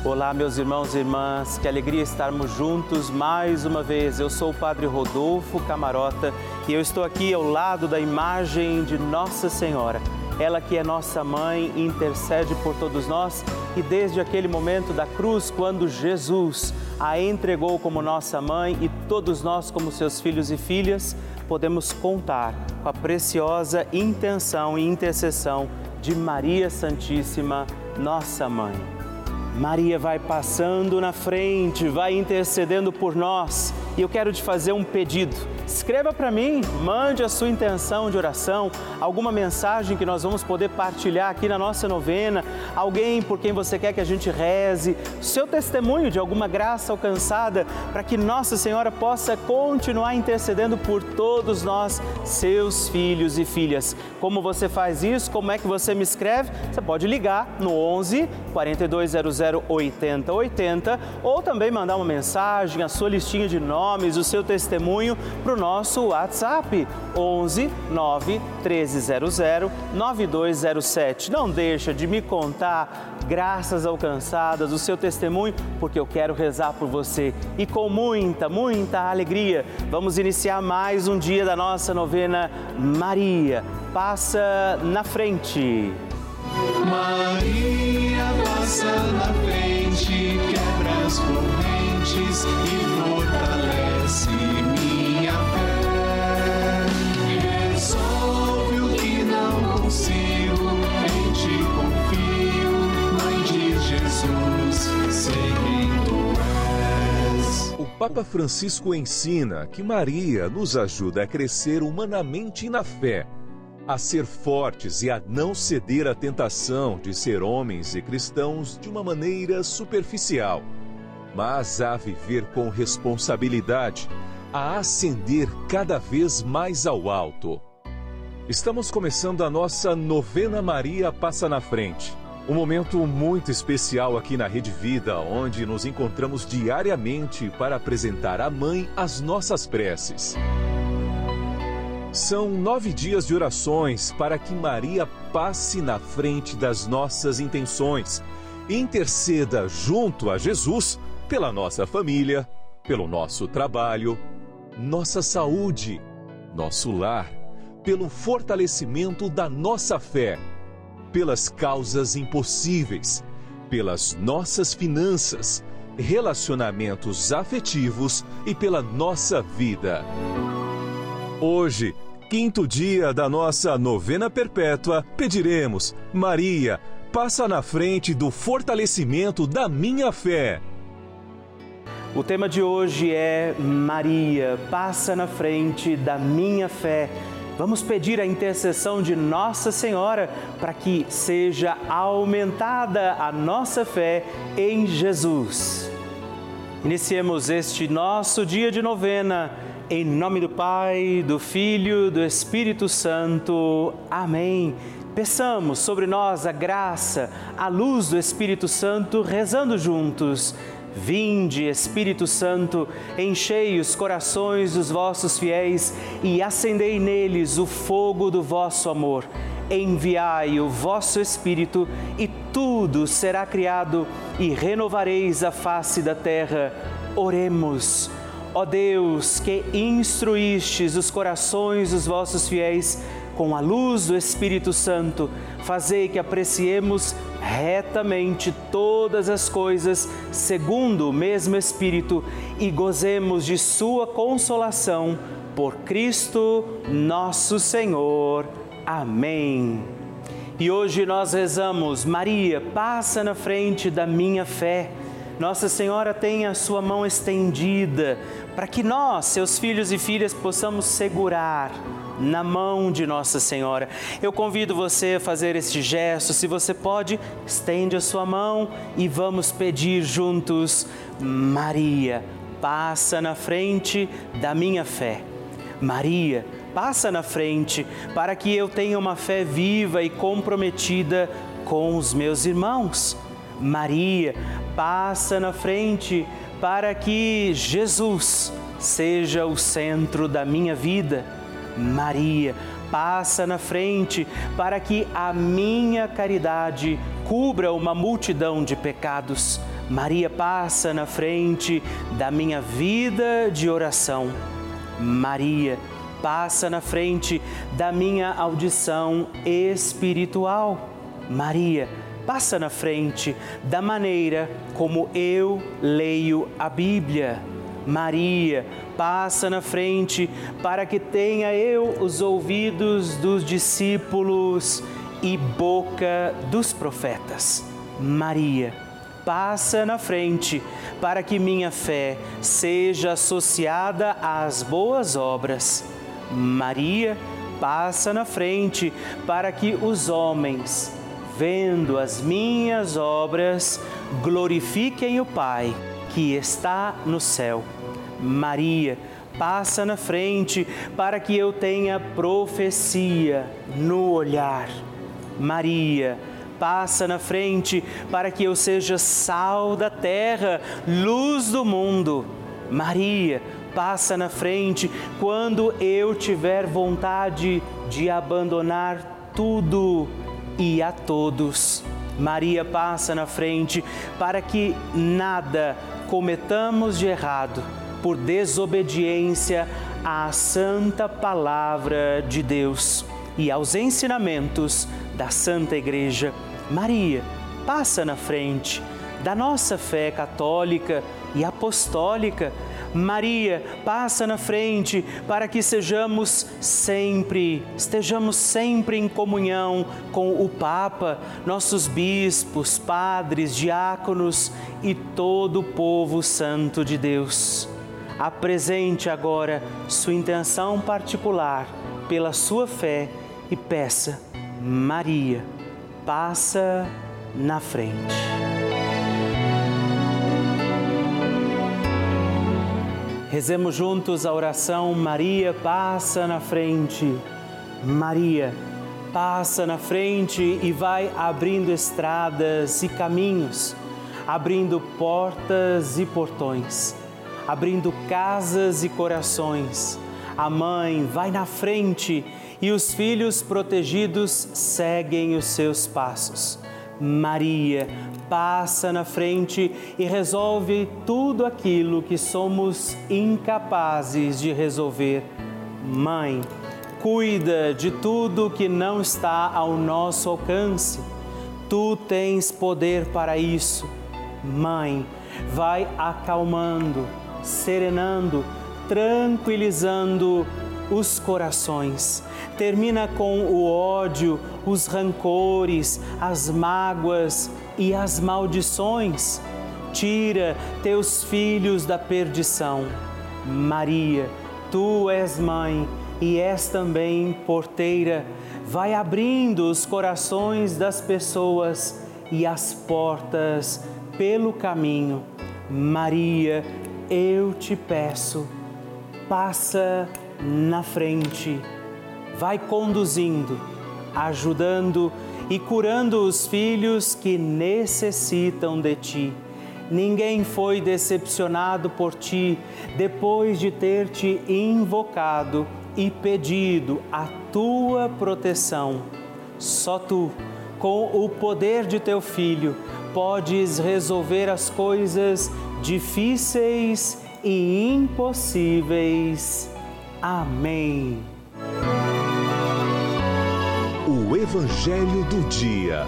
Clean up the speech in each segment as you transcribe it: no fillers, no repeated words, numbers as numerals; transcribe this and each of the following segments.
Olá, meus irmãos e irmãs, que alegria estarmos juntos mais uma vez. Eu sou o Padre Rodolfo Camarota e eu estou aqui ao lado da imagem de Nossa Senhora. Ela que é nossa mãe, intercede por todos nós e desde aquele momento da cruz, quando Jesus a entregou como nossa mãe e todos nós como seus filhos e filhas, podemos contar com a preciosa intenção e intercessão de Maria Santíssima, nossa mãe. Maria vai passando na frente, vai intercedendo por nós. E eu quero te fazer um pedido. Escreva para mim, mande a sua intenção de oração, alguma mensagem que nós vamos poder partilhar aqui na nossa novena, alguém por quem você quer que a gente reze, seu testemunho de alguma graça alcançada, para que Nossa Senhora possa continuar intercedendo por todos nós, seus filhos e filhas. Como você faz isso? Como é que você me escreve? Você pode ligar no 11 4200 8080 ou também mandar uma mensagem, a sua listinha de nomes, o seu testemunho para o nosso WhatsApp 11 9 1300 9207. Não deixa de me contar graças alcançadas, o seu testemunho, porque eu quero rezar por você. E com muita alegria, vamos iniciar mais um dia da nossa novena Maria Passa na Frente. Maria passa na frente, quebra as correntes e fortalece minha fé. Resolve o que não consigo, em ti confio, Mãe de Jesus, sei quem tu és. O Papa Francisco ensina que Maria nos ajuda a crescer humanamente na fé, a ser fortes e a não ceder à tentação de ser homens e cristãos de uma maneira superficial, mas a viver com responsabilidade, a ascender cada vez mais ao alto. Estamos começando a nossa novena Maria Passa na Frente, um momento muito especial aqui na Rede Vida, onde nos encontramos diariamente para apresentar à Mãe as nossas preces. São 9 dias de orações para que Maria passe na frente das nossas intenções e interceda junto a Jesus pela nossa família, pelo nosso trabalho, nossa saúde, nosso lar, pelo fortalecimento da nossa fé, pelas causas impossíveis, pelas nossas finanças, relacionamentos afetivos e pela nossa vida. Hoje, quinto dia da nossa novena perpétua, pediremos: Maria, passa na frente do fortalecimento da minha fé. O tema de hoje é Maria, passa na frente da minha fé. Vamos pedir a intercessão de Nossa Senhora para que seja aumentada a nossa fé em Jesus. Iniciemos este nosso dia de novena. Em nome do Pai, do Filho, do Espírito Santo. Amém. Peçamos sobre nós a graça, a luz do Espírito Santo, rezando juntos. Vinde, Espírito Santo, enchei os corações dos vossos fiéis e acendei neles o fogo do vosso amor. Enviai o vosso Espírito e tudo será criado e renovareis a face da terra. Oremos. Ó Deus, que instruístes os corações dos vossos fiéis com a luz do Espírito Santo, fazei que apreciemos retamente todas as coisas segundo o mesmo Espírito e gozemos de sua consolação por Cristo nosso Senhor. Amém. E hoje nós rezamos: Maria, passa na frente da minha fé. Nossa Senhora tem a sua mão estendida para que nós, seus filhos e filhas, possamos segurar na mão de Nossa Senhora. Eu convido você a fazer este gesto. Se você pode, estende a sua mão e vamos pedir juntos: Maria, passa na frente da minha fé. Maria, passa na frente para que eu tenha uma fé viva e comprometida com os meus irmãos. Maria, passa na frente para que Jesus seja o centro da minha vida. Maria, passa na frente para que a minha caridade cubra uma multidão de pecados. Maria passa na frente da minha vida de oração. Maria passa na frente da minha audição espiritual. Maria passa na frente da maneira como eu leio a Bíblia. Maria passa na frente para que tenha eu os ouvidos dos discípulos e boca dos profetas. Maria passa na frente para que minha fé seja associada às boas obras. Maria passa na frente para que os homens, vendo as minhas obras, glorifiquem o Pai que está no céu. Maria passa na frente para que eu tenha profecia no olhar. Maria passa na frente para que eu seja sal da terra, luz do mundo. Maria passa na frente quando eu tiver vontade de abandonar tudo e a todos. Maria passa na frente para que nada cometamos de errado por desobediência à santa palavra de Deus e aos ensinamentos da Santa Igreja. Maria passa na frente da nossa fé católica e apostólica. Maria passa na frente para que estejamos sempre em comunhão com o Papa, nossos bispos, padres, diáconos e todo o povo santo de Deus. Apresente agora sua intenção particular pela sua fé e peça: Maria, passa na frente. Rezemos juntos a oração Maria passa na frente. Maria passa na frente e vai abrindo estradas e caminhos, abrindo portas e portões, abrindo casas e corações. A mãe vai na frente e os filhos protegidos seguem os seus passos. Maria passa na frente e resolve tudo aquilo que somos incapazes de resolver. Mãe, cuida de tudo que não está ao nosso alcance. Tu tens poder para isso. Mãe, vai acalmando, serenando, tranquilizando os corações. Termina com o ódio, os rancores, as mágoas e as maldições. Tira teus filhos da perdição. Maria, tu és mãe e és também porteira. Vai abrindo os corações das pessoas e as portas pelo caminho. Maria, eu te peço, passa na frente. Vai conduzindo, ajudando e curando os filhos que necessitam de ti. Ninguém foi decepcionado por ti depois de ter te invocado e pedido a tua proteção. Só tu, com o poder de teu Filho, podes resolver as coisas difíceis e impossíveis. Amém. O Evangelho do Dia.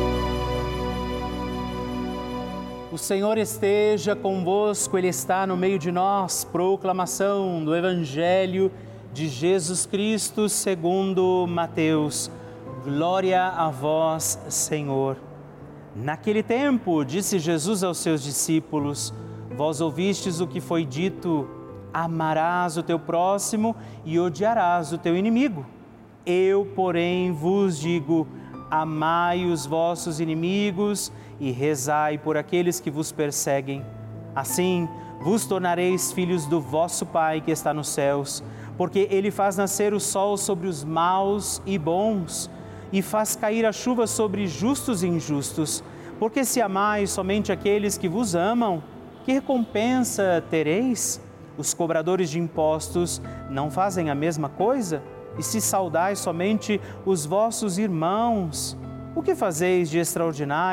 O Senhor esteja convosco, Ele está no meio de nós. Proclamação do Evangelho de Jesus Cristo segundo Mateus. Glória a vós, Senhor. Naquele tempo, disse Jesus aos seus discípulos: vós ouvistes o que foi dito, amarás o teu próximo e odiarás o teu inimigo. Eu, porém, vos digo, amai os vossos inimigos e rezai por aqueles que vos perseguem. Assim, vos tornareis filhos do vosso Pai que está nos céus, porque Ele faz nascer o sol sobre os maus e bons e faz cair a chuva sobre justos e injustos. Porque se amais somente aqueles que vos amam, que recompensa tereis? Os cobradores de impostos não fazem a mesma coisa? E se saudais somente os vossos irmãos, o que fazeis de extraordinário?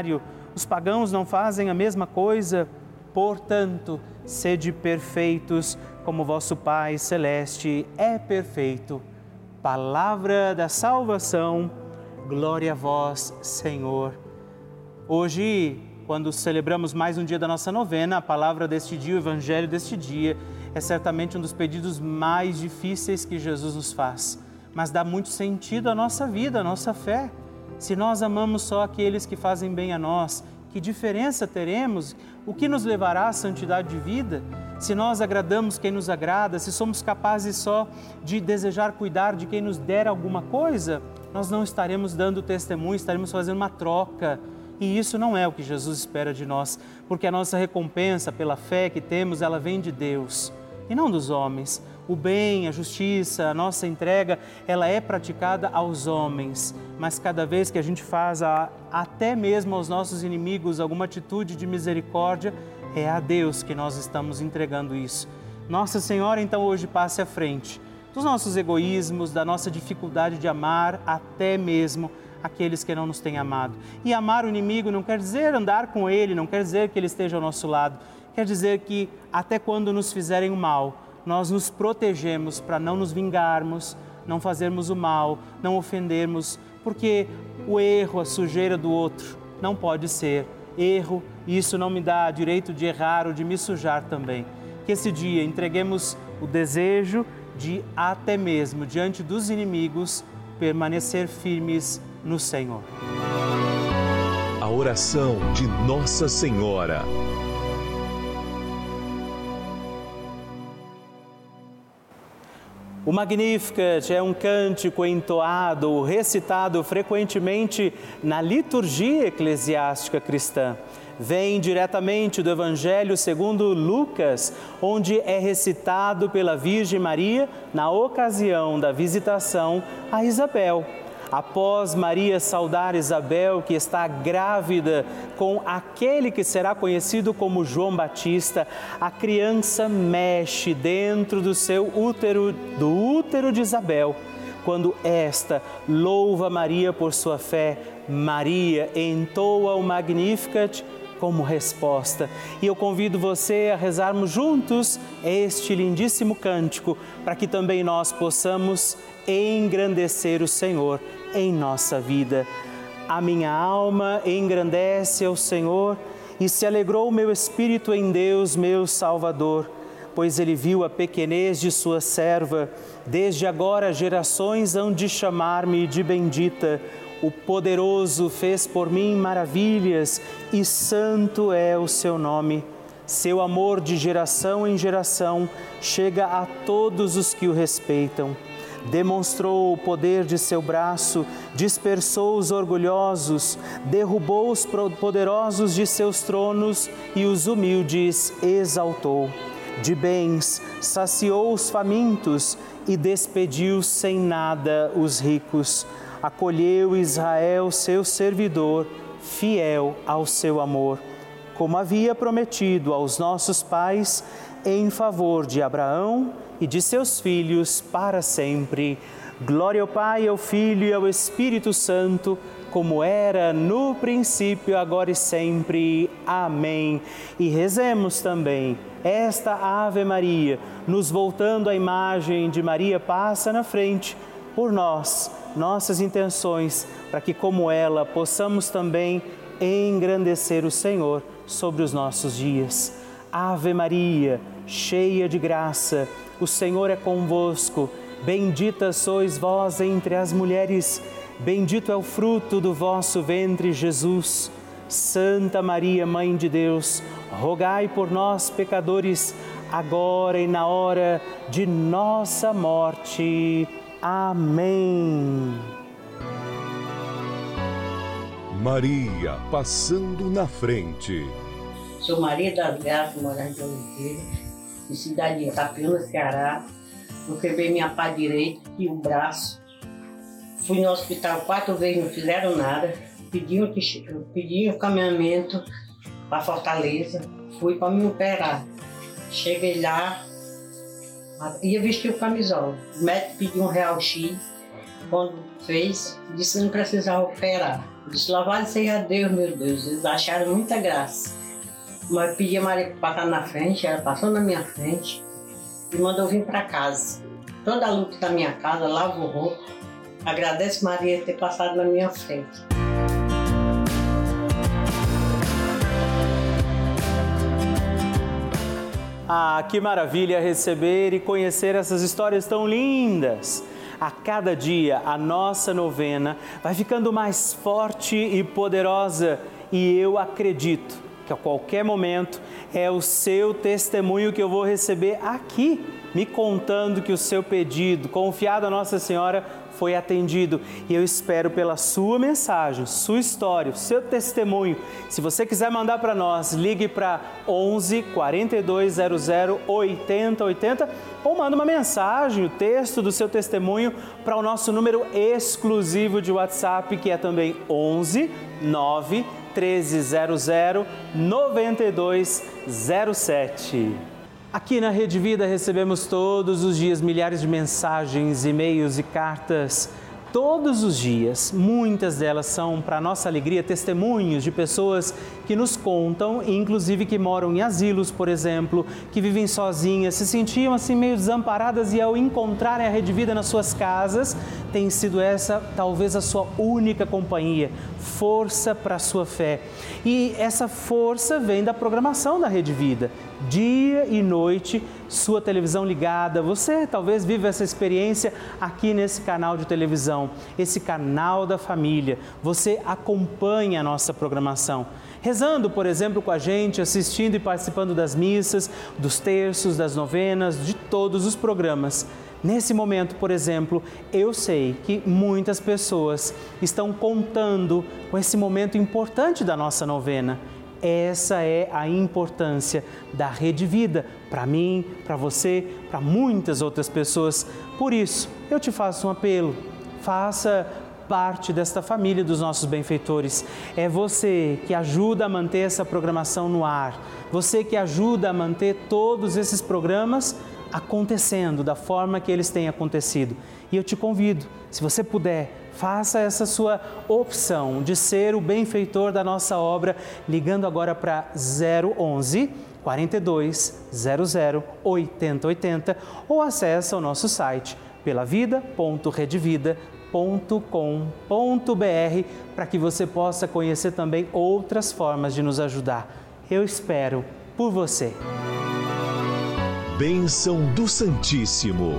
Os pagãos não fazem a mesma coisa? Portanto, sede perfeitos, como vosso Pai Celeste é perfeito. Palavra da salvação, glória a vós, Senhor. Hoje, quando celebramos mais um dia da nossa novena, a palavra deste dia, o evangelho deste dia, é certamente um dos pedidos mais difíceis que Jesus nos faz, mas dá muito sentido à nossa vida, à nossa fé. Se nós amamos só aqueles que fazem bem a nós, que diferença teremos? O que nos levará à santidade de vida? Se nós agradamos quem nos agrada, se somos capazes só de desejar cuidar de quem nos der alguma coisa, nós não estaremos dando testemunho, estaremos fazendo uma troca. E isso não é o que Jesus espera de nós, porque a nossa recompensa pela fé que temos, ela vem de Deus e não dos homens. O bem, a justiça, a nossa entrega, ela é praticada aos homens, mas cada vez que a gente faz até mesmo aos nossos inimigos alguma atitude de misericórdia, é a Deus que nós estamos entregando isso. Nossa Senhora, então, hoje passe à frente dos nossos egoísmos, da nossa dificuldade de amar até mesmo aqueles que não nos têm amado. E amar o inimigo não quer dizer andar com ele, não quer dizer que ele esteja ao nosso lado, quer dizer que até quando nos fizerem o mal, nós nos protegemos para não nos vingarmos, não fazermos o mal, não ofendermos, porque o erro, a sujeira do outro não pode ser erro, e isso não me dá direito de errar ou de me sujar também. Que esse dia entreguemos o desejo de até mesmo diante dos inimigos permanecer firmes no Senhor. A oração de Nossa Senhora. O Magnificat é um cântico entoado, recitado frequentemente na liturgia eclesiástica cristã. Vem diretamente do Evangelho segundo Lucas, onde é recitado pela Virgem Maria na ocasião da visitação a Isabel. Após Maria saudar Isabel, que está grávida com aquele que será conhecido como João Batista, a criança mexe dentro do seu útero, do útero de Isabel. Quando esta louva Maria por sua fé, Maria entoa o Magnificat como resposta. E eu convido você a rezarmos juntos este lindíssimo cântico, para que também nós possamos engrandecer o Senhor em nossa vida. A minha alma engrandece ao Senhor e se alegrou o meu espírito em Deus, meu Salvador, pois Ele viu a pequenez de sua serva. Desde agora gerações hão de chamar-me de bendita. O Poderoso fez por mim maravilhas e santo é o seu nome. Seu amor de geração em geração chega a todos os que o respeitam. Demonstrou o poder de seu braço, dispersou os orgulhosos, derrubou os poderosos de seus tronos e os humildes exaltou. De bens saciou os famintos e despediu sem nada os ricos. Acolheu Israel, seu servidor, fiel ao seu amor, como havia prometido aos nossos pais, em favor de Abraão e de seus filhos para sempre. Glória ao Pai, ao Filho e ao Espírito Santo, como era no princípio, agora e sempre. Amém. E rezemos também esta Ave Maria, nos voltando à imagem de Maria passa na frente, por nós, nossas intenções, para que como ela possamos também engrandecer o Senhor sobre os nossos dias. Ave Maria, cheia de graça, o Senhor é convosco. Bendita sois vós entre as mulheres, bendito é o fruto do vosso ventre, Jesus. Santa Maria, Mãe de Deus, rogai por nós, pecadores, agora e na hora de nossa morte. Amém. Maria passando na frente. Sou Maria das Graças, moradora de Oliveira, de cidade de Itapiúna, Ceará. Eu quebrei minha pá direita e o braço. Fui no hospital 4 vezes, não fizeram nada. Pedi um caminhamento para Fortaleza. Fui para me operar. Cheguei lá, ia vestir o camisola. O médico pediu um raio-x. Quando fez, disse que não precisava operar. Disse, louvado seja Deus, meu Deus. Eles acharam muita graça. Mas pedi a Maria para passar na frente, ela passou na minha frente e mandou vir para casa. Toda a luta da minha casa, lavo roupa. Agradeço Maria ter passado na minha frente. Ah, que maravilha receber e conhecer essas histórias tão lindas! A cada dia a nossa novena vai ficando mais forte e poderosa e eu acredito que a qualquer momento é o seu testemunho que eu vou receber aqui, me contando que o seu pedido, confiado a Nossa Senhora, foi atendido. E eu espero pela sua mensagem, sua história, o seu testemunho. Se você quiser mandar para nós, ligue para 11 4200 8080 ou manda uma mensagem, o texto do seu testemunho para o nosso número exclusivo de WhatsApp, que é também 11 9 1300 9207. Aqui na Rede Vida recebemos todos os dias milhares de mensagens, e-mails e cartas. Todos os dias, muitas delas são, para nossa alegria, testemunhos de pessoas que nos contam, inclusive que moram em asilos, por exemplo, que vivem sozinhas, se sentiam assim meio desamparadas e ao encontrarem a Rede Vida nas suas casas, tem sido essa talvez a sua única companhia, força para a sua fé. E essa força vem da programação da Rede Vida. Dia e noite, sua televisão ligada, você talvez vive essa experiência aqui nesse canal de televisão, esse canal da família, você acompanha a nossa programação, rezando, por exemplo, com a gente, assistindo e participando das missas, dos terços, das novenas, de todos os programas. Nesse momento, por exemplo, eu sei que muitas pessoas estão contando com esse momento importante da nossa novena. Essa é a importância da Rede Vida, para mim, para você, para muitas outras pessoas. Por isso, eu te faço um apelo, faça parte desta família dos nossos benfeitores. É você que ajuda a manter essa programação no ar, você que ajuda a manter todos esses programas acontecendo da forma que eles têm acontecido. E eu te convido, se você puder, faça essa sua opção de ser o benfeitor da nossa obra, ligando agora para 011 4200 8080 ou acesse o nosso site pelavida.redevida.com.br para que você possa conhecer também outras formas de nos ajudar. Eu espero por você. Bênção do Santíssimo.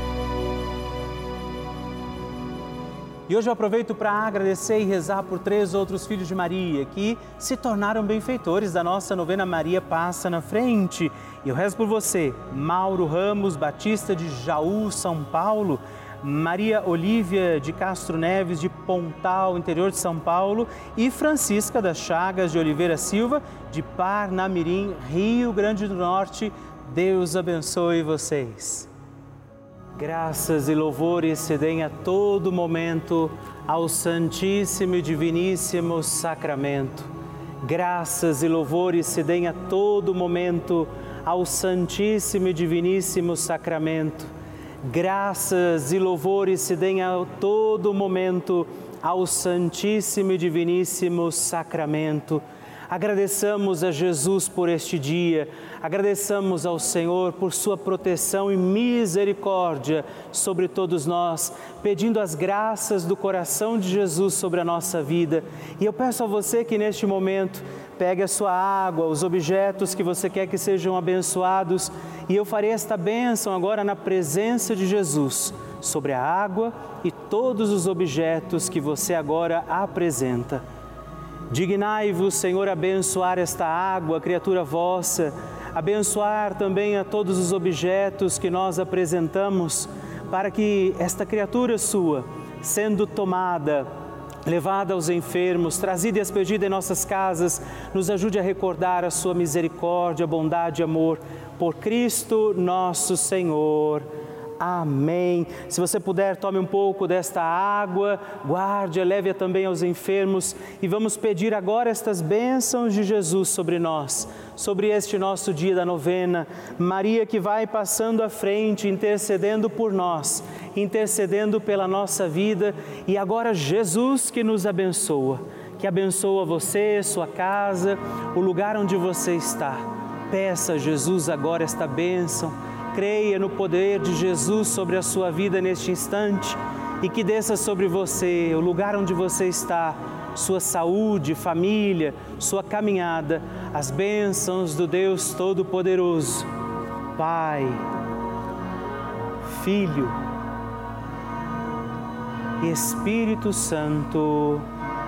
E hoje eu aproveito para agradecer e rezar por 3 outros filhos de Maria que se tornaram benfeitores da nossa novena Maria Passa na Frente. E eu rezo por você, Mauro Ramos Batista de Jaú, São Paulo, Maria Olívia de Castro Neves de Pontal, interior de São Paulo, e Francisca das Chagas de Oliveira Silva de Parnamirim, Rio Grande do Norte. Deus abençoe vocês. Graças e louvores se deem a todo momento ao Santíssimo e Diviníssimo Sacramento. Graças e louvores se deem a todo momento ao Santíssimo e Diviníssimo Sacramento. Graças e louvores se deem a todo momento ao Santíssimo e Diviníssimo Sacramento. Agradeçamos a Jesus por este dia, agradeçamos ao Senhor por sua proteção e misericórdia sobre todos nós, pedindo as graças do coração de Jesus sobre a nossa vida. E eu peço a você que neste momento pegue a sua água, os objetos que você quer que sejam abençoados, e eu farei esta bênção agora na presença de Jesus, sobre a água e todos os objetos que você agora apresenta. Dignai-vos, Senhor, abençoar esta água, criatura vossa, abençoar também a todos os objetos que nós apresentamos, para que esta criatura sua, sendo tomada, levada aos enfermos, trazida e expedida em nossas casas, nos ajude a recordar a sua misericórdia, bondade e amor, por Cristo nosso Senhor. Amém. Se você puder, tome um pouco desta água, guarde, leve-a também aos enfermos e vamos pedir agora estas bênçãos de Jesus sobre nós, sobre este nosso dia da novena. Maria que vai passando à frente, intercedendo por nós, intercedendo pela nossa vida, e agora Jesus que nos abençoa, que abençoa você, sua casa, o lugar onde você está. Peça a Jesus agora esta bênção, creia no poder de Jesus sobre a sua vida neste instante e que desça sobre você, o lugar onde você está, sua saúde, família, sua caminhada, as bênçãos do Deus Todo-Poderoso, Pai, Filho e Espírito Santo.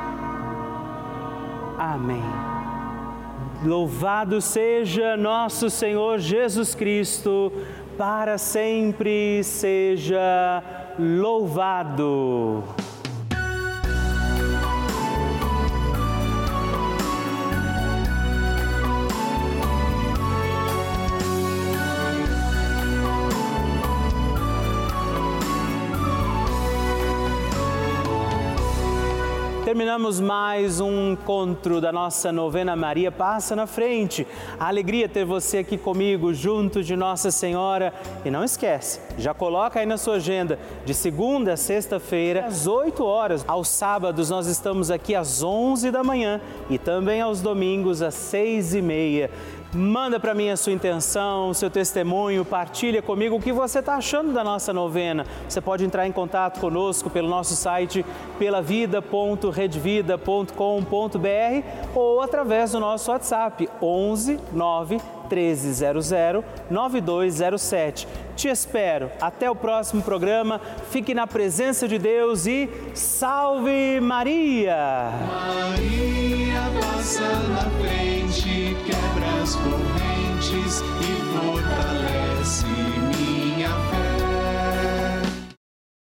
Amém. Louvado seja nosso Senhor Jesus Cristo, para sempre seja louvado. Terminamos mais um encontro da nossa novena Maria Passa na Frente. A alegria ter você aqui comigo, junto de Nossa Senhora. E não esquece, já coloca aí na sua agenda, de segunda a sexta-feira, às 8 horas. Aos sábados nós estamos aqui às 11 da manhã e também aos domingos às 6h30. Manda para mim a sua intenção, o seu testemunho, partilha comigo o que você está achando da nossa novena. Você pode entrar em contato conosco pelo nosso site pelavida.redvida.com.br ou através do nosso WhatsApp 11 9 1300 9207. Te espero. Até o próximo programa. Fique na presença de Deus e salve Maria! Maria passa na frente, quebra as correntes e fortalece